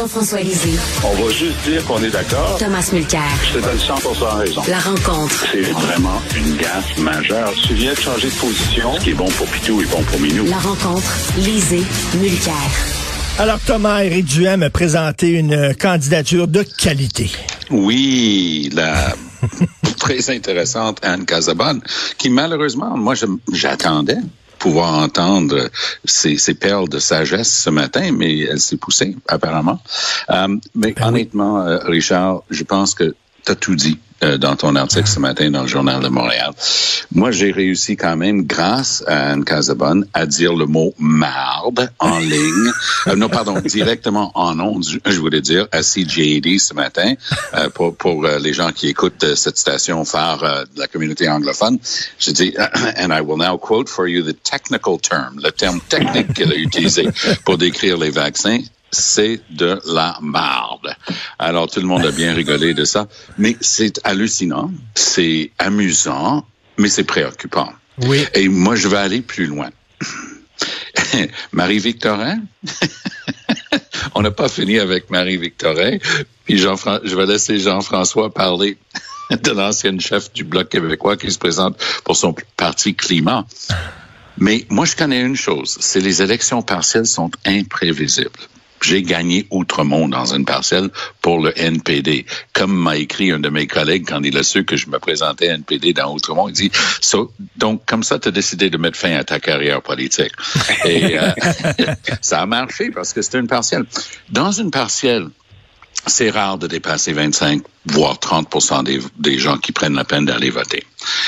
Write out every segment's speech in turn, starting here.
Jean-François Lisée. On va juste dire qu'on est d'accord. Thomas Mulcair. Je te donne 100% raison. La rencontre. C'est vraiment une gaffe majeure. Tu viens de changer de position. Ce qui est bon pour Pitou est bon pour Minou. La rencontre. Lisée. Mulcair. Alors, Thomas, Éric Duhem a présenté une candidature de qualité. Oui, la très intéressante Anne Casabonne, qui malheureusement, moi, j'attendais pouvoir entendre ces perles de sagesse ce matin, mais elle s'est poussée, apparemment. Mais honnêtement, Richard, je pense que tu as tout dit dans ton article ce matin dans le Journal de Montréal. Moi, j'ai réussi quand même, grâce à Anne Casabonne, à dire le mot « marde » en ligne. Non, pardon, directement en ondes, je voulais dire, à CJAD ce matin, pour les gens qui écoutent cette station phare de la communauté anglophone. J'ai dit « and I will now quote for you the technical term », le terme technique qu'elle a utilisé pour décrire les vaccins. C'est de la marde. Alors, tout le monde a bien rigolé de ça. Mais c'est hallucinant, c'est amusant, mais c'est préoccupant. Oui. Et moi, je vais aller plus loin. Marie-Victorin, on n'a pas fini avec Marie-Victorin. Puis je vais laisser Jean-François parler de l'ancienne chef du Bloc québécois qui se présente pour son parti Climat. Mais moi, je connais une chose, c'est les élections partielles sont imprévisibles. J'ai gagné Outremont dans une partielle pour le NPD. Comme m'a écrit un de mes collègues quand il a su que je me présentais NPD dans Outremont, il dit donc comme ça, tu as décidé de mettre fin à ta carrière politique. Et ça a marché parce que c'était une partielle. Dans une partielle, c'est rare de dépasser 25, voire 30% des gens qui prennent la peine d'aller voter.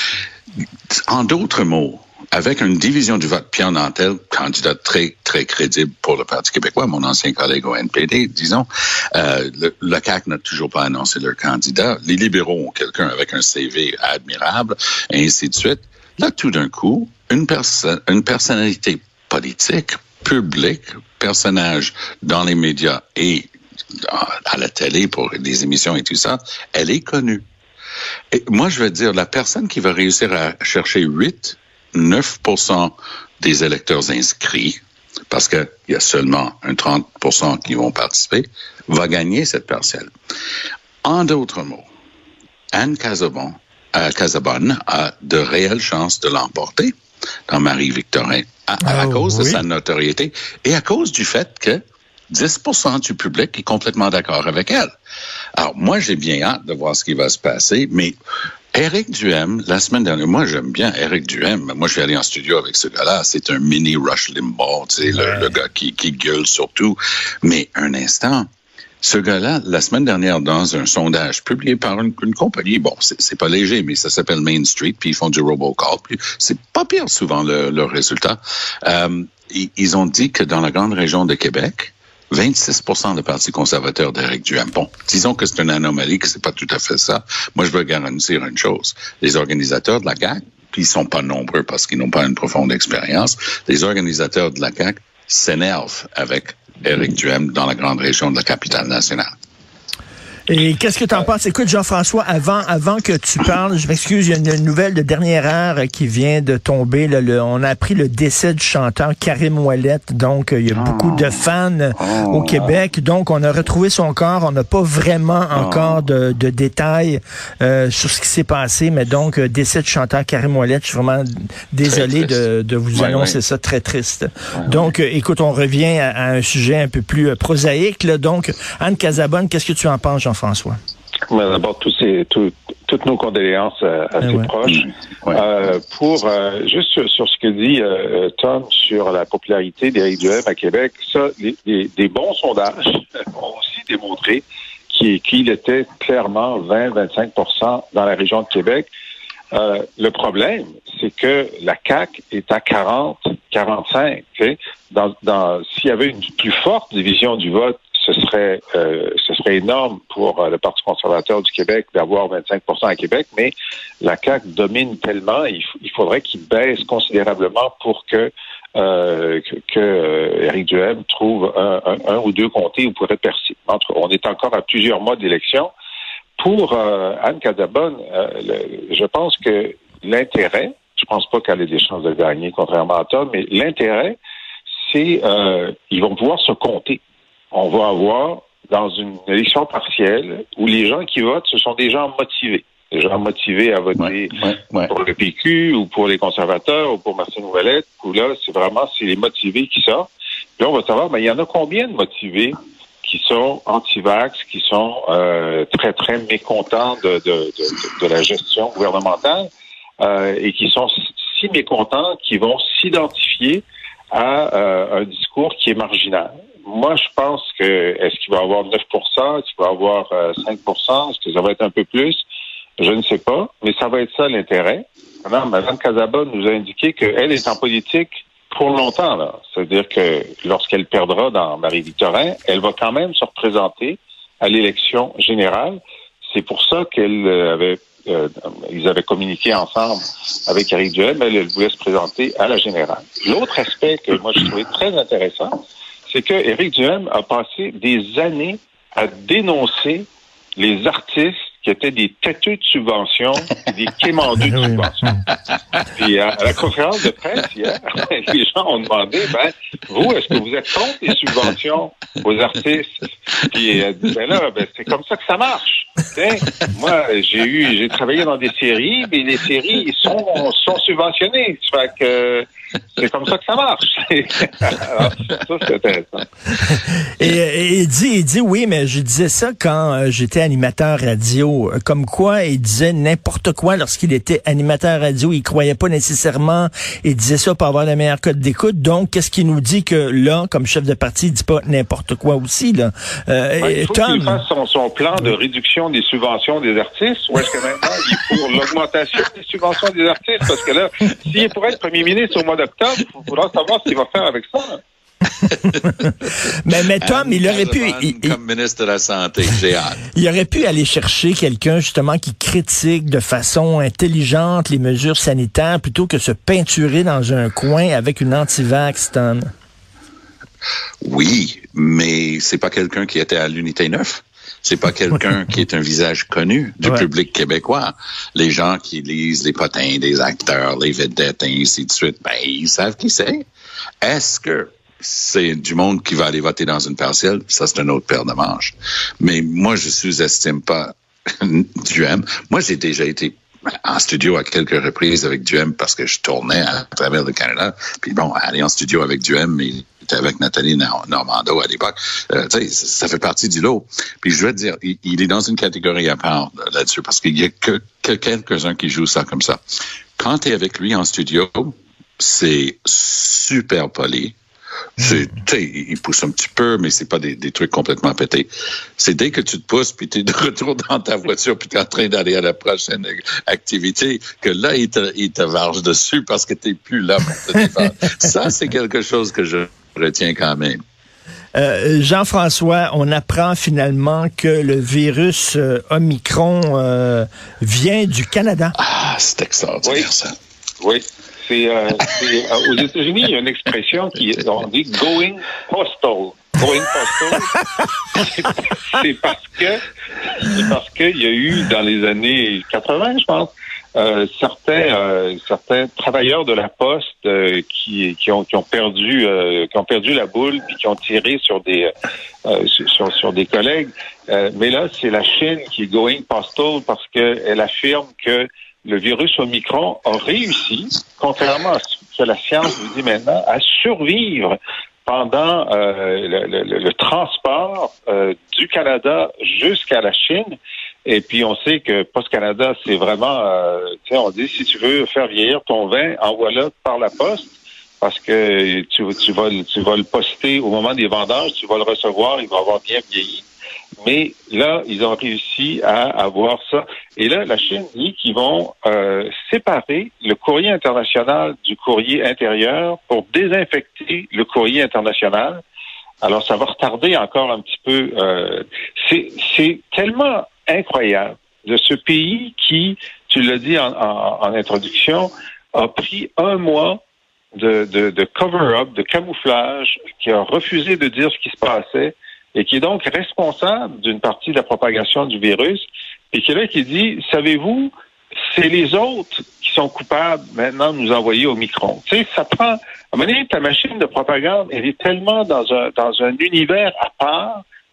En d'autres mots, avec une division du vote, Pierre Nantel, candidat très, très crédible pour le Parti québécois, mon ancien collègue au NPD, disons, le CAQ n'a toujours pas annoncé leur candidat. Les libéraux ont quelqu'un avec un CV admirable, et ainsi de suite. Là, tout d'un coup, une personnalité politique, publique, personnage dans les médias et à la télé pour des émissions et tout ça, elle est connue. Et moi, je veux dire, la personne qui va réussir à chercher 9% des électeurs inscrits, parce qu'il y a seulement un 30% qui vont participer, va gagner cette partielle. En d'autres mots, Anne Casabonne a de réelles chances de l'emporter dans Marie-Victorin à cause de sa notoriété et à cause du fait que 10% du public est complètement d'accord avec elle. Alors, moi, j'ai bien hâte de voir ce qui va se passer, mais Éric Duhem, la semaine dernière, moi, j'aime bien Éric Duhem. Moi, je suis allé en studio avec ce gars-là. C'est un mini Rush Limbaugh, tu sais, le gars qui gueule surtout. Mais un instant, ce gars-là, la semaine dernière, dans un sondage publié par une compagnie, bon, c'est pas léger, mais ça s'appelle Main Street, puis ils font du robocall, puis c'est pas pire souvent le résultat. Ils ont dit que dans la grande région de Québec, 26% de Parti conservateur d'Éric Duhem. Bon, disons que c'est une anomalie, que c'est pas tout à fait ça. Moi, je veux garantir une chose. Les organisateurs de la CAQ, puis ils sont pas nombreux parce qu'ils n'ont pas une profonde expérience, les organisateurs de la CAQ s'énervent avec Éric Duhem dans la grande région de la capitale nationale. Et qu'est-ce que tu en penses? Écoute, Jean-François, avant que tu parles, je m'excuse, il y a une nouvelle de dernière heure qui vient de tomber. Là, on a appris le décès du chanteur Karim Ouellette. Donc, il y a beaucoup de fans au Québec. Donc, on a retrouvé son corps. On n'a pas vraiment encore de détails sur ce qui s'est passé. Mais donc, décès du chanteur Karim Ouellette. Je suis vraiment désolé de vous annoncer ça. Très triste. Donc, écoute, on revient à un sujet un peu plus prosaïque. Là. Donc, Anne Casabonne, qu'est-ce que tu en penses, Jean-François? Mais d'abord, toutes nos condoléances à ses proches. Pour juste sur ce que dit Tom sur la popularité d'Éric Duhem à Québec, ça, des bons sondages ont aussi démontré qu'il était clairement 20-25% dans la région de Québec. Le problème, c'est que la CAQ est à 40-45. S'il y avait une plus forte division du vote, ce serait énorme pour le Parti conservateur du Québec d'avoir 25% à Québec, mais la CAQ domine tellement, il faudrait qu'il baisse considérablement pour que Éric Duhem trouve un ou deux comtés où pourrait percer. On est encore à plusieurs mois d'élection. Pour Anne Casabonne, je pense que l'intérêt, je pense pas qu'elle ait des chances de gagner, contrairement à Tom, mais l'intérêt, c'est ils vont pouvoir se compter. On va avoir dans une élection partielle où les gens qui votent, ce sont des gens motivés. Des gens motivés à voter pour le PQ ou pour les conservateurs ou pour Martine Ouellette. Où là, c'est les motivés qui sortent. Là, on va savoir, il y en a combien de motivés qui sont anti-vax, qui sont très, très mécontents de la gestion gouvernementale et qui sont si mécontents qu'ils vont s'identifier à un discours qui est marginal. Moi, je pense que est-ce qu'il va y avoir 9%, est-ce qu'il va y avoir 5%, est-ce que ça va être un peu plus? Je ne sais pas, mais ça va être ça l'intérêt. Maintenant, Mme Casaba nous a indiqué qu'elle est en politique pour longtemps, là. C'est-à-dire que lorsqu'elle perdra dans Marie-Victorin, elle va quand même se représenter à l'élection générale. C'est pour ça qu'ils avaient communiqué ensemble avec Éric Duhem. Elle voulait se présenter à la générale. L'autre aspect que moi je trouvais très intéressant, c'est que Éric Duhem a passé des années à dénoncer les artistes qui étaient des têteux de subventions, des quémandus de subventions. Puis à la conférence de presse hier, les gens ont demandé, vous, est-ce que vous êtes contre les subventions aux artistes? Puis c'est comme ça que ça marche. T'sais, moi, j'ai travaillé dans des séries, mais les séries sont subventionnées. Fait que c'est comme ça que ça marche. Alors, ça, c'est intéressant. Et il dit, oui, mais je disais ça quand j'étais animateur radio. Comme quoi, il disait n'importe quoi lorsqu'il était animateur radio. Il croyait pas nécessairement. Il disait ça pour avoir le meilleur code d'écoute. Donc, qu'est-ce qu'il nous dit que là, comme chef de parti, il dit pas n'importe quoi aussi, là? Il faut qu'il fasse son plan de réduction des subventions des artistes, ou est-ce que maintenant il est pour l'augmentation des subventions des artistes? Parce que là, s'il est pour être premier ministre au mois d'octobre, il faudra savoir ce qu'il va faire avec ça. mais Tom, il aurait pu... Comme ministre de la Santé, j'ai hâte. Il aurait pu aller chercher quelqu'un, justement, qui critique de façon intelligente les mesures sanitaires plutôt que se peinturer dans un coin avec une anti-vax, Tom. Oui, mais c'est pas quelqu'un qui était à l'Unité 9. C'est pas quelqu'un qui est un visage connu du public québécois. Les gens qui lisent les potins des acteurs, les vedettes, et ainsi de suite, ils savent qui c'est. Est-ce que c'est du monde qui va aller voter dans une partielle? Ça, c'est une autre paire de manches. Mais moi, je sous-estime pas Duhem. Moi, j'ai déjà été en studio à quelques reprises avec Duhem parce que je tournais à travers le Canada. Puis bon, aller en studio avec Duhem, il était avec Nathalie Normando à l'époque. Ça fait partie du lot. Puis je vais te dire, il est dans une catégorie à part là-dessus parce qu'il y a que quelques-uns qui jouent ça comme ça. Quand tu es avec lui en studio, c'est super poli. Il pousse un petit peu, mais c'est pas des trucs complètement pétés. C'est dès que tu te pousses, puis tu es de retour dans ta voiture, puis tu es en train d'aller à la prochaine activité, que là, il te varge dessus parce que tu n'es plus là pour te défendre. Ça, c'est quelque chose que je retiens quand même. Jean-François, on apprend finalement que le virus Omicron vient du Canada. Ah, c'est extraordinaire, ça. Oui. C'est aux États-Unis, il y a une expression on dit going postal. Going postal, c'est parce qu'il y a eu dans les années 80, je pense, certains travailleurs de la Poste qui ont perdu la boule puis qui ont tiré sur des collègues. Mais là, c'est la Chine qui est going postal parce qu'elle affirme que le virus Omicron a réussi, contrairement à ce que la science vous dit maintenant, à survivre pendant le transport du Canada jusqu'à la Chine. Et puis, on sait que Post Canada, c'est vraiment, on dit, si tu veux faire vieillir ton vin, envoie-le par la poste, parce que tu vas le poster au moment des vendanges, tu vas le recevoir, il va avoir bien vieilli. Mais là, ils ont réussi à avoir ça. Et là, la Chine dit qu'ils vont séparer le courrier international du courrier intérieur pour désinfecter le courrier international. Alors, ça va retarder encore un petit peu. C'est tellement incroyable de ce pays qui, tu l'as dit en introduction, a pris un mois de cover-up, de camouflage, qui a refusé de dire ce qui se passait, et qui est donc responsable d'une partie de la propagation du virus, et qui est là qui dit, savez-vous, c'est les autres qui sont coupables maintenant de nous envoyer Omicron. Tu sais, ça prend, à un moment donné, ta machine de propagande, elle est tellement dans un univers à part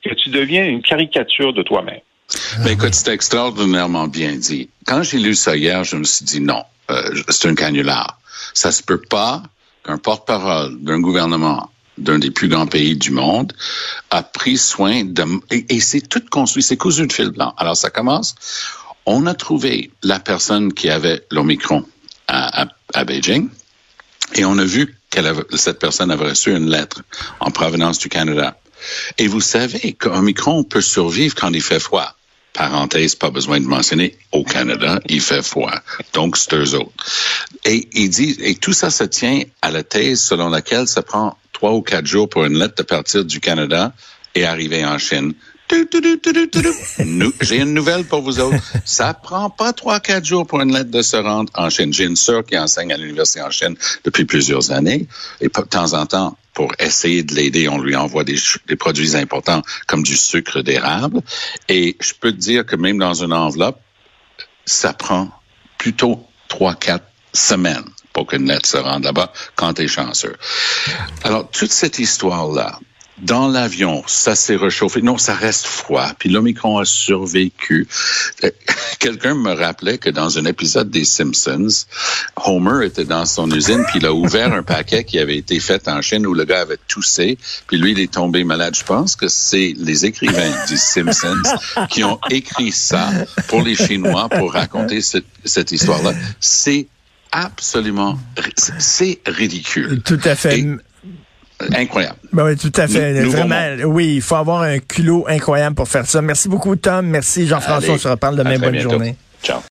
que tu deviens une caricature de toi-même. Mais écoute, c'est extraordinairement bien dit. Quand j'ai lu ça hier, je me suis dit non, c'est un canular. Ça se peut pas qu'un porte-parole d'un gouvernement d'un des plus grands pays du monde a pris soin de... Et c'est tout construit, c'est cousu de fil blanc. Alors ça commence, on a trouvé la personne qui avait l'Omicron à Beijing et on a vu cette personne avait reçu une lettre en provenance du Canada. Et vous savez qu'Omicron peut survivre quand il fait froid. Parenthèse, pas besoin de mentionner, au Canada, il fait froid. Donc, c'est eux autres. Et il dit, et tout ça se tient à la thèse selon laquelle ça prend 3 ou 4 jours pour une lettre de partir du Canada et arriver en Chine. J'ai une nouvelle pour vous autres. Ça prend pas 3-4 jours pour une lettre de se rendre en Chine. J'ai une sœur qui enseigne à l'université en Chine depuis plusieurs années. Et de temps en temps, pour essayer de l'aider, on lui envoie des produits importants comme du sucre d'érable. Et je peux te dire que même dans une enveloppe, ça prend plutôt 3-4 semaines pour qu'une lettre se rende là-bas quand t'es chanceux. Alors, toute cette histoire-là, dans l'avion, ça s'est réchauffé. Non, ça reste froid. Puis l'Omicron a survécu. Quelqu'un me rappelait que dans un épisode des Simpsons, Homer était dans son usine, puis il a ouvert un paquet qui avait été fait en Chine où le gars avait toussé, puis lui, il est tombé malade. Je pense que c'est les écrivains des Simpsons qui ont écrit ça pour les Chinois pour raconter cette histoire-là. C'est absolument... C'est ridicule. Tout à fait. Incroyable. Ben oui, tout à fait. Vraiment, oui, il faut avoir un culot incroyable pour faire ça. Merci beaucoup, Tom. Merci, Jean-François. On se reparle demain. Bonne journée. Ciao.